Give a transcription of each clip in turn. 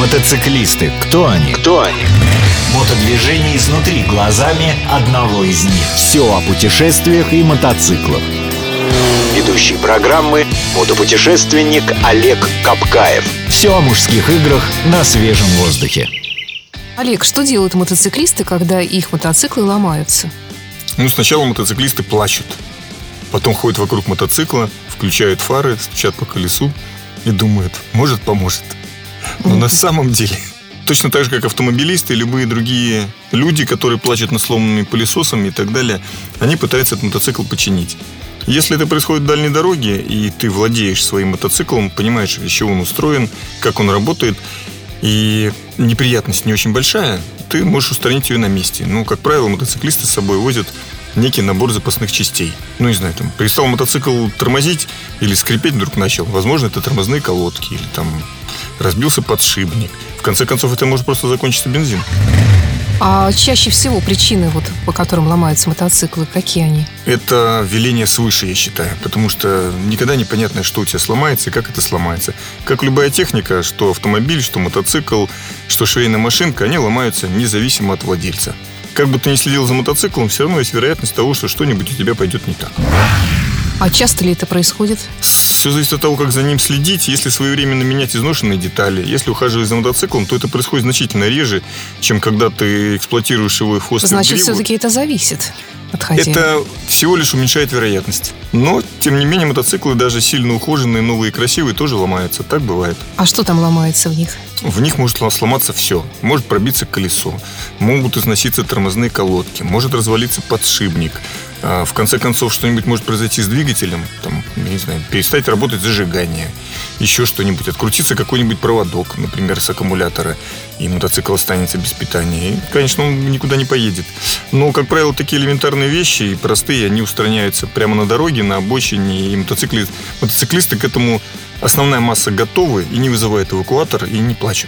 Мотоциклисты. Кто они? Мотодвижение изнутри глазами одного из них. Все о путешествиях и мотоциклах. Ведущий программы — мотопутешественник Олег Капкаев. Все о мужских играх на свежем воздухе. Олег, что делают мотоциклисты, когда их мотоциклы ломаются? Сначала мотоциклисты плачут. Потом ходят вокруг мотоцикла, включают фары, стучат по колесу и думают, может, поможет. Но на самом деле, точно так же, как автомобилисты и любые другие люди, которые плачут над сломанными пылесосами и так далее, они пытаются этот мотоцикл починить. Если это происходит в дальней дороге, и ты владеешь своим мотоциклом, понимаешь, из чего он устроен, как он работает, и неприятность не очень большая, ты можешь устранить ее на месте. Как правило, мотоциклисты с собой возят некий набор запасных частей. Не знаю, перестал мотоцикл тормозить или скрипеть вдруг начал. Возможно, это тормозные колодки или разбился подшипник. В конце концов, это может просто закончиться бензин. А чаще всего причины, по которым ломаются мотоциклы, какие они? Это веление свыше, я считаю. Потому что никогда непонятно, что у тебя сломается и как это сломается. Как любая техника, что автомобиль, что мотоцикл, что швейная машинка, они ломаются независимо от владельца. Как бы ты ни следил за мотоциклом, все равно есть вероятность того, что что-нибудь у тебя пойдет не так. А часто ли это происходит? Все зависит от того, как за ним следить. Если своевременно менять изношенные детали, если ухаживать за мотоциклом, то это происходит значительно реже, чем когда ты эксплуатируешь его хвост. Значит, все-таки это зависит от хозяина. Это всего лишь уменьшает вероятность. Но, тем не менее, мотоциклы, даже сильно ухоженные, новые и красивые, тоже ломаются. Так бывает. А что там ломается в них? В них может сломаться все. Может пробиться колесо, могут износиться тормозные колодки, может развалиться подшипник. В конце концов, что-нибудь может произойти с двигателем, перестать работать зажигание, еще что-нибудь, открутиться какой-нибудь проводок, например, с аккумулятора, и мотоцикл останется без питания. И, конечно, он никуда не поедет. Но, как правило, такие элементарные вещи и простые, они устраняются прямо на дороге, на обочине, и мотоциклисты к этому основная масса готовы и не вызывает эвакуатор, и не плачут.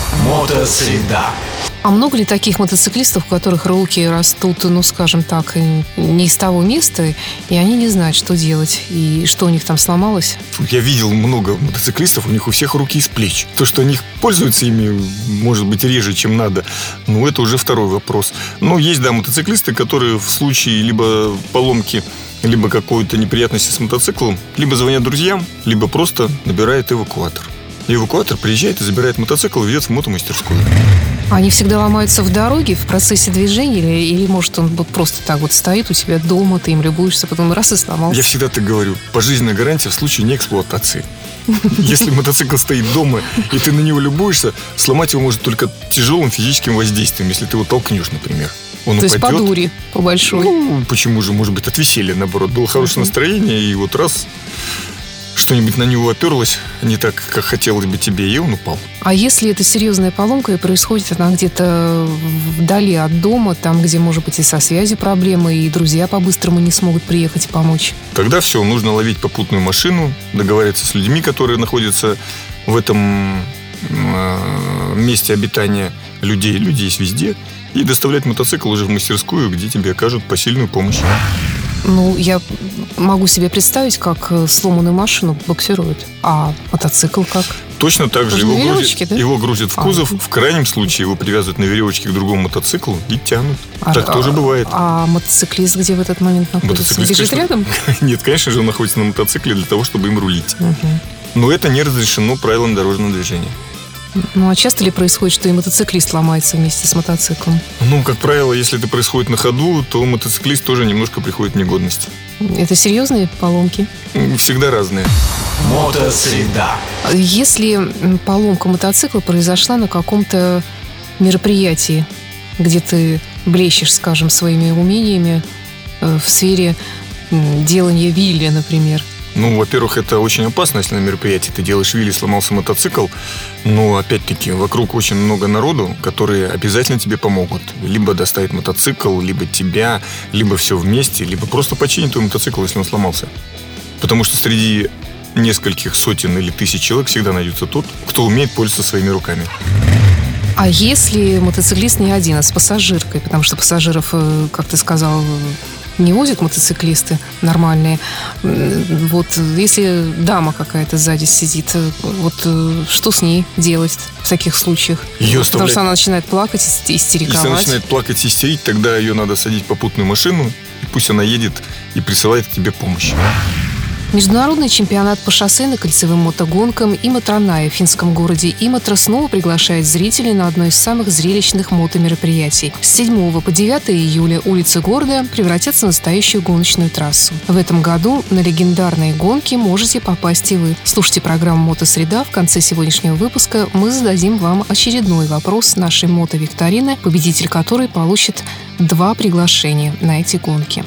Мотосреда. А много ли таких мотоциклистов, у которых руки растут, скажем так, не из того места, и они не знают, что делать, и что у них там сломалось? Я видел много мотоциклистов, у них у всех руки из плеч. То, что они пользуются ими, может быть, реже, чем надо, это уже второй вопрос. Но есть, мотоциклисты, которые в случае либо поломки, либо какой-то неприятности с мотоциклом, либо звонят друзьям, либо просто набирают эвакуатор. И эвакуатор приезжает и забирает мотоцикл и ведет в мотомастерскую. Они всегда ломаются в дороге, в процессе движения, или может он просто так стоит у тебя дома, ты им любуешься, потом раз и сломался? Я всегда так говорю. Пожизненная гарантия в случае неэксплуатации. Если мотоцикл стоит дома, и ты на него любуешься, сломать его может только тяжелым физическим воздействием, если ты его толкнешь, например. Он То упадет. есть по дуре, по большой. Почему же? Может быть, от веселья, наоборот. Было хорошее настроение, и раз что-нибудь на него оперлось не так, как хотелось бы тебе, и он упал. А если это серьезная поломка, и происходит она где-то вдали от дома, там, где, может быть, и со связью проблемы, и друзья по-быстрому не смогут приехать и помочь? Тогда все, нужно ловить попутную машину, договариваться с людьми, которые находятся в этом месте обитания людей. Люди есть везде. И доставлять мотоцикл уже в мастерскую, где тебе окажут посильную помощь. Я могу себе представить, как сломанную машину буксируют. А мотоцикл как? Точно так же. Его грузят в кузов. В крайнем случае его привязывают на веревочке к другому мотоциклу и тянут. Так тоже бывает. А мотоциклист где в этот момент находится? Бежит рядом? Нет, конечно же, он находится на мотоцикле для того, чтобы им рулить. Но это не разрешено правилам дорожного движения. А часто ли происходит, что и мотоциклист ломается вместе с мотоциклом? Как правило, если это происходит на ходу, то мотоциклист тоже немножко приходит в негодность. Это серьезные поломки? Всегда разные. Мотосреда. Если поломка мотоцикла произошла на каком-то мероприятии, где ты блещешь, скажем, своими умениями в сфере делания вилли, например. Во-первых, это очень опасно, если на мероприятии ты делаешь вилли, сломался мотоцикл. Но, опять-таки, вокруг очень много народу, которые обязательно тебе помогут. Либо доставить мотоцикл, либо тебя, либо все вместе, либо просто починить твой мотоцикл, если он сломался. Потому что среди нескольких сотен или тысяч человек всегда найдется тот, кто умеет пользоваться своими руками. А если мотоциклист не один, а с пассажиркой? Потому что пассажиров, как ты сказал, не возят мотоциклисты нормальные. Вот если дама какая-то сзади сидит, вот что с ней делать в таких случаях? Потому что она начинает плакать, истериковать. Если она начинает плакать и истерить, тогда ее надо садить в попутную машину, и пусть она едет и присылает к тебе помощь. Международный чемпионат по шоссейным кольцевым мотогонкам Иматра-Найя в финском городе Иматра снова приглашает зрителей на одно из самых зрелищных мотомероприятий. С 7 по 9 июля улицы города превратятся в настоящую гоночную трассу. В этом году на легендарные гонки можете попасть и вы. Слушайте программу «Мотосреда». В конце сегодняшнего выпуска мы зададим вам очередной вопрос нашей мотовикторины, победитель которой получит 2 приглашения на эти гонки.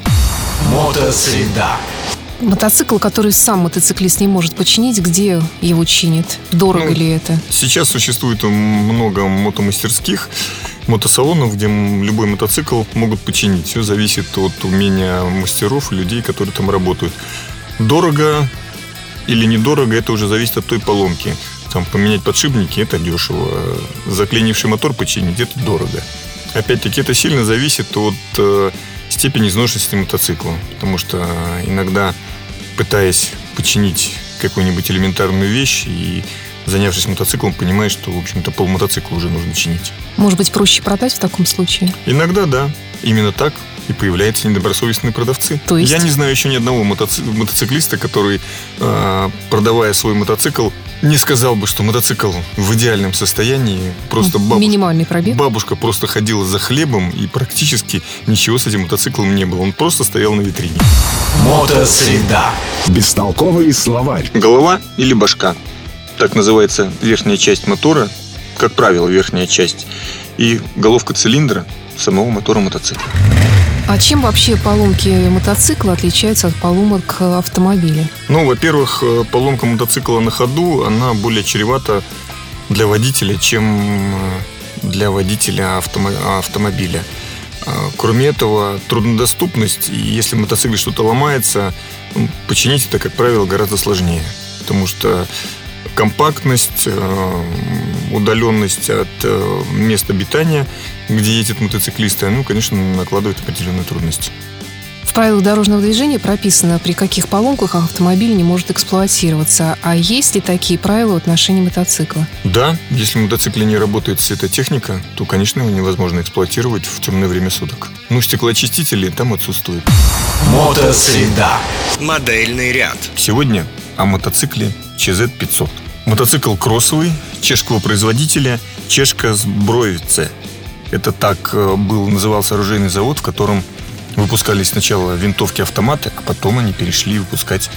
Мотосреда. Мотоцикл, который сам мотоциклист не может починить, где его чинят? Дорого ли это? Сейчас существует много мотомастерских, мотосалонов, где любой мотоцикл могут починить. Все зависит от умения мастеров и людей, которые там работают. Дорого или недорого, это уже зависит от той поломки. Там поменять подшипники – это дешево. Заклинивший мотор починить – это дорого. Опять-таки, это сильно зависит от степень изношенности мотоцикла. Потому что иногда, пытаясь починить какую-нибудь элементарную вещь и занявшись мотоциклом, понимаешь, что, в общем-то, полмотоцикла уже нужно чинить. Может быть, проще продать в таком случае? Иногда, да. Именно так и появляются недобросовестные продавцы. То есть? Я не знаю еще ни одного мотоциклиста, который, продавая свой мотоцикл, не сказал бы, что мотоцикл в идеальном состоянии. Просто минимальный пробег. Бабушка просто ходила за хлебом, и практически ничего с этим мотоциклом не было. Он просто стоял на витрине. Мотосреда. Бестолковый словарь. Голова или башка. Так называется верхняя часть мотора, как правило, верхняя часть. И головка цилиндра самого мотора мотоцикла. А чем вообще поломки мотоцикла отличаются от поломок автомобиля? Ну, во-первых, поломка мотоцикла на ходу, она более чревата для водителя, чем для водителя автомобиля. Кроме этого, труднодоступность, и если в мотоцикле что-то ломается, починить это, как правило, гораздо сложнее. Потому что компактность, удаленность от места обитания, где ездят мотоциклисты, конечно, накладывает определенные трудности. В правилах дорожного движения прописано, при каких поломках автомобиль не может эксплуатироваться. А есть ли такие правила в отношении мотоцикла? Да, если в мотоцикле не работает светотехника, то, конечно, его невозможно эксплуатировать в темное время суток. Стеклоочистители там отсутствуют. Мотосреда. Модельный ряд. Сегодня о мотоцикле ЧЗ-500. Мотоцикл кроссовый, чешского производителя Чешка Зброевце. Это так назывался оружейный завод, в котором выпускались сначала винтовки-автоматы, а потом они перешли выпускать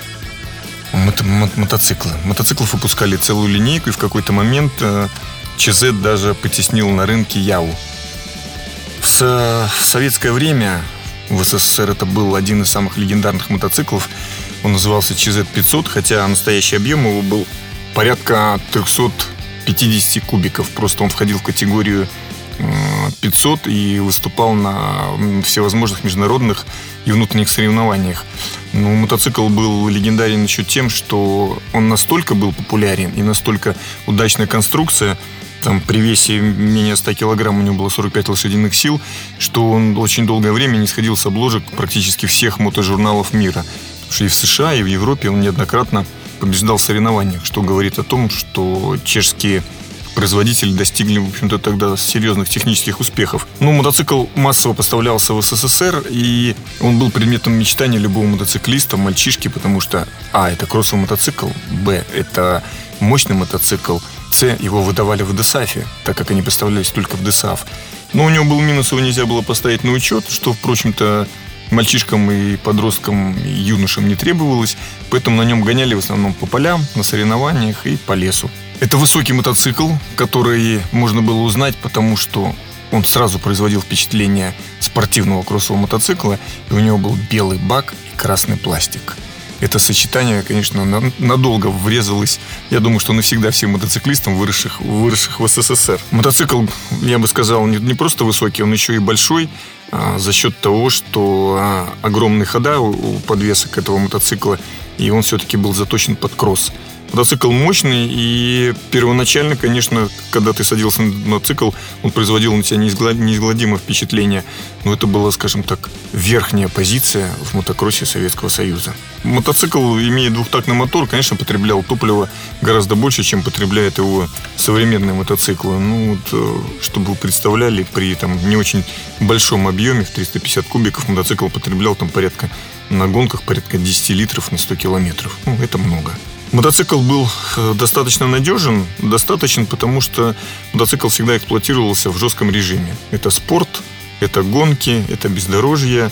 мотоциклы. Мотоциклов выпускали целую линейку, и в какой-то момент ЧЗ даже потеснил на рынке Яву. В советское время в СССР это был один из самых легендарных мотоциклов. Он назывался ЧЗ-500, хотя настоящий объем его был порядка 350 кубиков. Просто он входил в категорию 500 и выступал на всевозможных международных и внутренних соревнованиях. Но мотоцикл был легендарен еще тем, что он настолько был популярен и настолько удачная конструкция, там при весе менее 100 килограмм у него было 45 лошадиных сил, что он очень долгое время не сходил с обложек практически всех мотожурналов мира. Потому что и в США, и в Европе он неоднократно побеждал в соревнованиях, что говорит о том, что чешские производители достигли, в общем-то, тогда серьезных технических успехов. Мотоцикл массово поставлялся в СССР, и он был предметом мечтания любого мотоциклиста, мальчишки, потому что это кроссовый мотоцикл, б, это мощный мотоцикл, с, его выдавали в ДСАФе, так как они поставлялись только в ДСАФ. Но у него был минус, его нельзя было поставить на учет, что, впрочем-то, мальчишкам и подросткам, и юношам не требовалось, поэтому на нем гоняли в основном по полям, на соревнованиях и по лесу. Это высокий мотоцикл, который можно было узнать, потому что он сразу производил впечатление спортивного кроссового мотоцикла, и у него был белый бак и красный пластик. Это сочетание, конечно, надолго врезалось, я думаю, что навсегда всем мотоциклистам, выросших в СССР. Мотоцикл, я бы сказал, не просто высокий, он еще и большой, за счет того, что огромные хода у подвесок этого мотоцикла, и он все-таки был заточен под кросс. Мотоцикл мощный, и первоначально, конечно, когда ты садился на мотоцикл, он производил на тебя неизгладимое впечатление. Но это была, скажем так, верхняя позиция в мотокроссе Советского Союза. Мотоцикл, имея двухтактный мотор, конечно, потреблял топлива гораздо больше, чем потребляет его современные мотоциклы. Чтобы вы представляли, при не очень большом объеме, в 350 кубиков, мотоцикл потреблял на гонках порядка 10 литров на 100 километров. Это много. Мотоцикл был достаточно надежен, потому что мотоцикл всегда эксплуатировался в жестком режиме. Это спорт, это гонки, это бездорожье,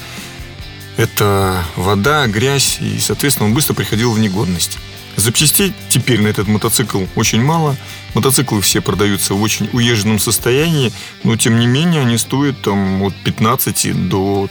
это вода, грязь, и, соответственно, он быстро приходил в негодность. Запчастей теперь на этот мотоцикл очень мало. Мотоциклы все продаются в очень уезженном состоянии, но, тем не менее, они стоят от 15 до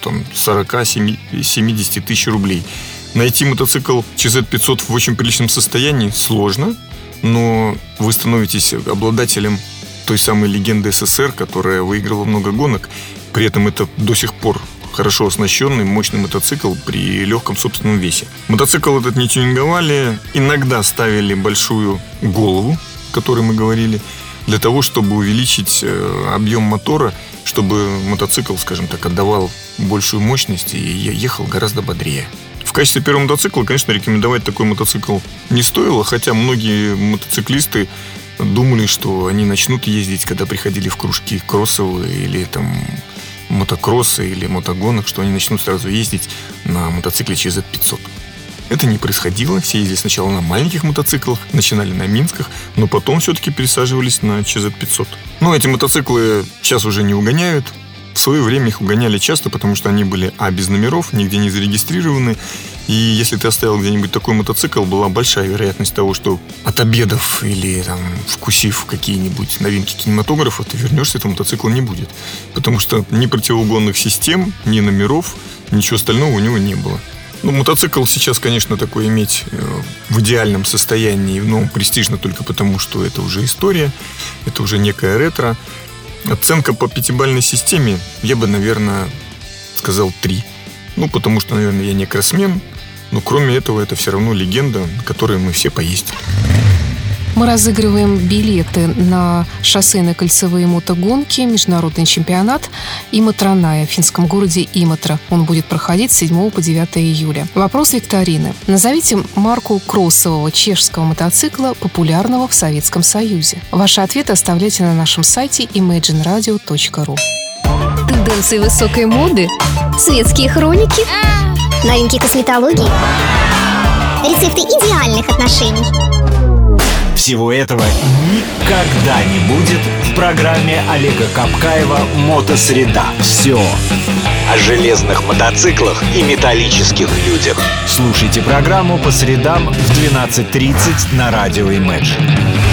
40-70 тысяч рублей. Найти мотоцикл ЧЗ-500 в очень приличном состоянии сложно, но вы становитесь обладателем той самой легенды СССР, которая выиграла много гонок. При этом это до сих пор хорошо оснащенный, мощный мотоцикл при легком собственном весе. Мотоцикл этот не тюнинговали, иногда ставили большую голову, о которой мы говорили, для того, чтобы увеличить объем мотора, чтобы мотоцикл, скажем так, отдавал большую мощность и ехал гораздо бодрее. В качестве первого мотоцикла, конечно, рекомендовать такой мотоцикл не стоило, хотя многие мотоциклисты думали, что они начнут ездить, когда приходили в кружки кроссовые или мотокроссы или мотогонок, что они начнут сразу ездить на мотоцикле ЧЗ-500. Это не происходило. Все ездили сначала на маленьких мотоциклах, начинали на Минсках, но потом все-таки пересаживались на ЧЗ-500. Но эти мотоциклы сейчас уже не угоняют. В свое время их угоняли часто, потому что они были без номеров, нигде не зарегистрированы. И если ты оставил где-нибудь такой мотоцикл, была большая вероятность того, что от обедов или вкусив какие-нибудь новинки кинематографа, ты вернешься, этого мотоцикла не будет. Потому что ни противоугонных систем, ни номеров, ничего остального у него не было. Мотоцикл сейчас, конечно, такой иметь в идеальном состоянии, но престижно только потому, что это уже история, это уже некая ретро. Оценка по пятибалльной системе, я бы, наверное, сказал 3. Потому что, наверное, я не кроссмен, но кроме этого, это все равно легенда, на которой мы все поездили. Мы разыгрываем билеты на шоссейно-кольцевые мотогонки, международный чемпионат Иматра-Наja в финском городе Иматра. Он будет проходить с 7 по 9 июля. Вопрос викторины. Назовите марку кроссового чешского мотоцикла, популярного в Советском Союзе. Ваши ответы оставляйте на нашем сайте imagineradio.ru. Тенденции высокой моды, светские хроники, новинки косметологии, рецепты идеальных отношений. Всего этого никогда не будет в программе Олега Капкаева «Мотосреда». Все о железных мотоциклах и металлических людях. Слушайте программу по средам в 12:30 на радио Imagine.